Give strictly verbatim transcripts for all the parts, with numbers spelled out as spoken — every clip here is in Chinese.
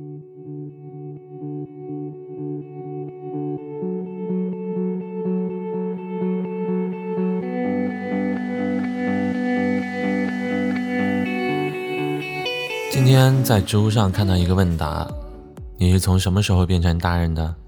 今天在知乎上看到一个问答，你是从什么时候变成大人的？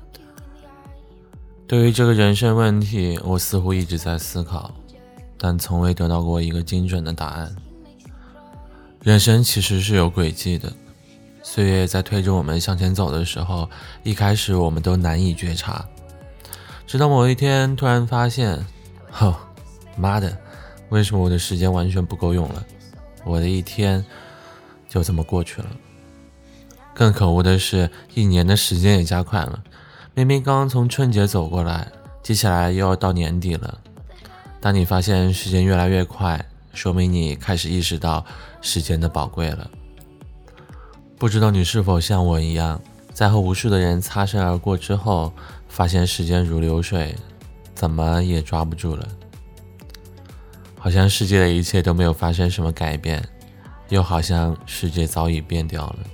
对于这个人生问题，我似乎一直在思考，但从未得到过一个精准的答案。人生其实是有轨迹的，岁月在推着我们向前走的时候，一开始我们都难以觉察，直到某一天突然发现，哦，妈的，为什么我的时间完全不够用了？我的一天就这么过去了。更可恶的是，一年的时间也加快了，明明刚刚从春节走过来，接下来又要到年底了。当你发现时间越来越快，说明你开始意识到时间的宝贵了。不知道你是否像我一样，在和无数的人擦身而过之后，发现时间如流水，怎么也抓不住了。好像世界的一切都没有发生什么改变，又好像世界早已变掉了。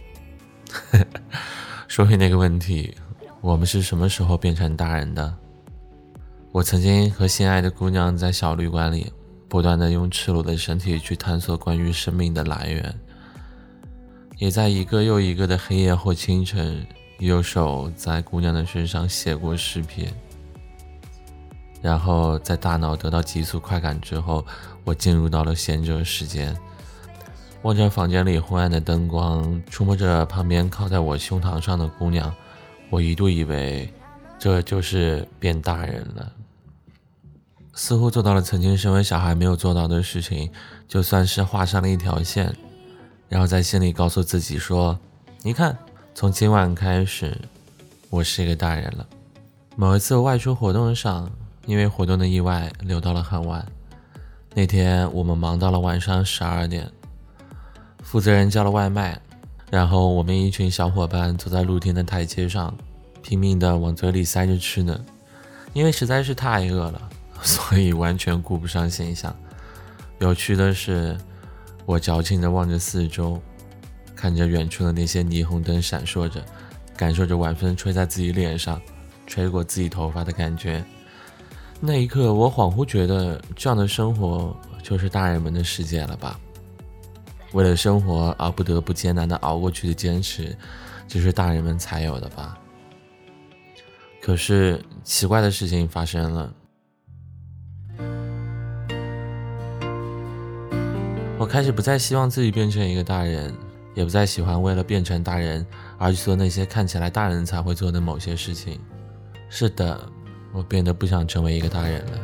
说回那个问题，我们是什么时候变成大人的？我曾经和心爱的姑娘在小旅馆里，不断地用赤裸的身体去探索关于生命的来源，也在一个又一个的黑夜或清晨，右手在姑娘的身上写过诗篇。然后在大脑得到急速快感之后，我进入到了贤者时间，望着房间里昏暗的灯光，触摸着旁边靠在我胸膛上的姑娘，我一度以为这就是变大人了。似乎做到了曾经身为小孩没有做到的事情，就算是画上了一条线，然后在心里告诉自己说，你看，从今晚开始我是一个大人了。某一次外出活动上，因为活动的意外留到了很晚，那天我们忙到了晚上十二点，负责人叫了外卖，然后我们一群小伙伴坐在露天的台阶上，拼命地往嘴里塞着吃呢。因为实在是太饿了，所以完全顾不上形象。有趣的是，我矫情地望着四周，看着远处的那些霓虹灯闪烁着，感受着晚风吹在自己脸上，吹过自己头发的感觉。那一刻我恍惚觉得，这样的生活就是大人们的世界了吧。为了生活而不得不艰难地熬过去的坚持，这是大人们才有的吧。可是奇怪的事情发生了，我开始不再希望自己变成一个大人，也不再喜欢为了变成大人而去做那些看起来大人才会做的某些事情。是的，我变得不想成为一个大人了。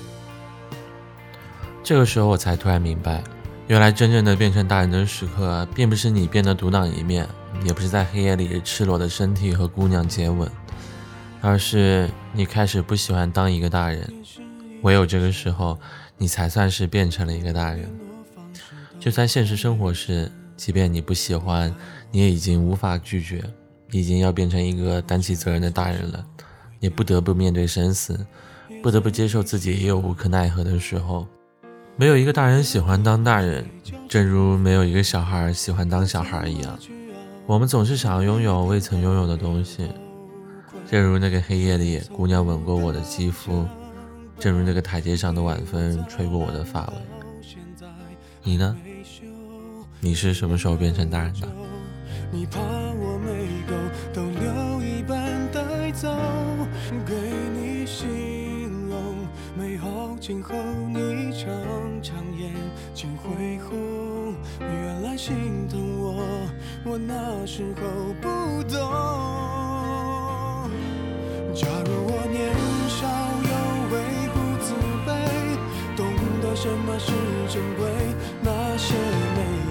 这个时候我才突然明白，原来真正的变成大人的时刻，并不是你变得独当一面，也不是在黑夜里赤裸的身体和姑娘接吻，而是你开始不喜欢当一个大人。唯有这个时候，你才算是变成了一个大人。就算现实生活时，即便你不喜欢，你也已经无法拒绝，已经要变成一个担起责任的大人了。你不得不面对生死，不得不接受自己也有无可奈何的时候。没有一个大人喜欢当大人，正如没有一个小孩喜欢当小孩一样。我们总是想要拥有未曾拥有的东西，正如那个黑夜里姑娘吻过我的肌肤，正如那个台阶上的晚风吹过我的发尾。你呢？你是什么时候变成大人的？ 你怕我没够，都留一半带走，给你形容美好今后，你常常眼睛恢红，原来心疼我，我那时候不懂。假如我年少有为不自卑，懂得什么是珍贵，那些美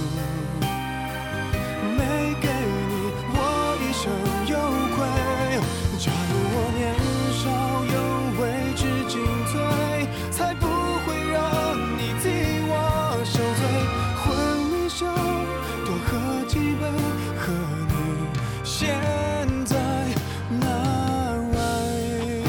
没给你，我一生有愧。假如我年少有为知进退，才不会让你替我受罪。混迷酒，多喝几杯，和你现在那位。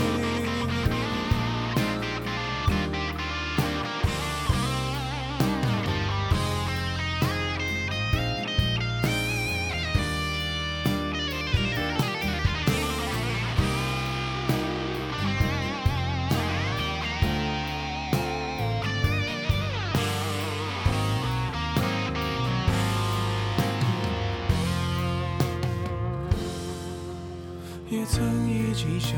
也曾一起想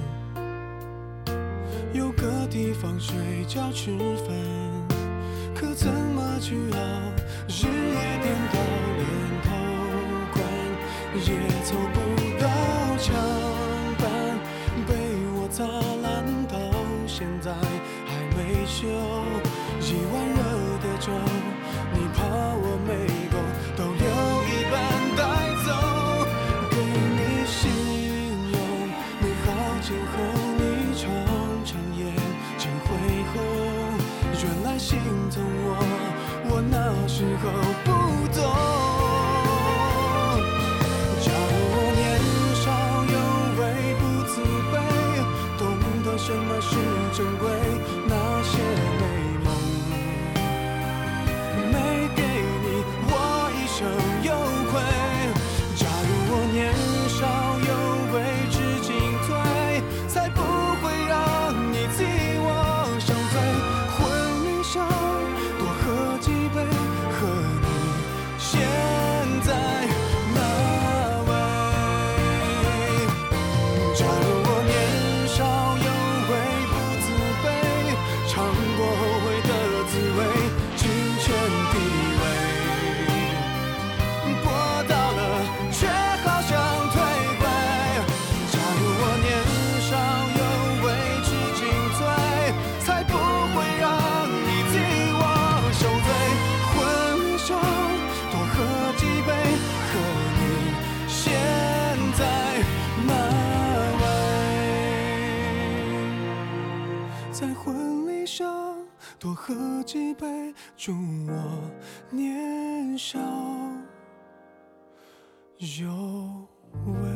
有个地方睡觉吃饭，可怎么去熬，日夜颠倒，连头款也凑不到墙板，被我砸烂到现在还没修。一碗热的粥，你怕我没够，都留一半带走。给你形容美好今后，你常常眼睛会红。原来心疼我，我那时候不懂。假如我年少有为不自卑，懂得什么是珍贵，那些美梦没给你，我一生有愧。假如我年少有为知进退，才不会让你替我伤罪。婚礼上多喝几杯，和你现在那位。假如我年少有为不自卑，尝过后悔的滋味，金钱地位博到了，却好像退回。假如我年少有为知进退，才不会让你替我受罪。婚上多喝几杯，和你现在那位。在婚礼上多喝几杯，祝我年少有为。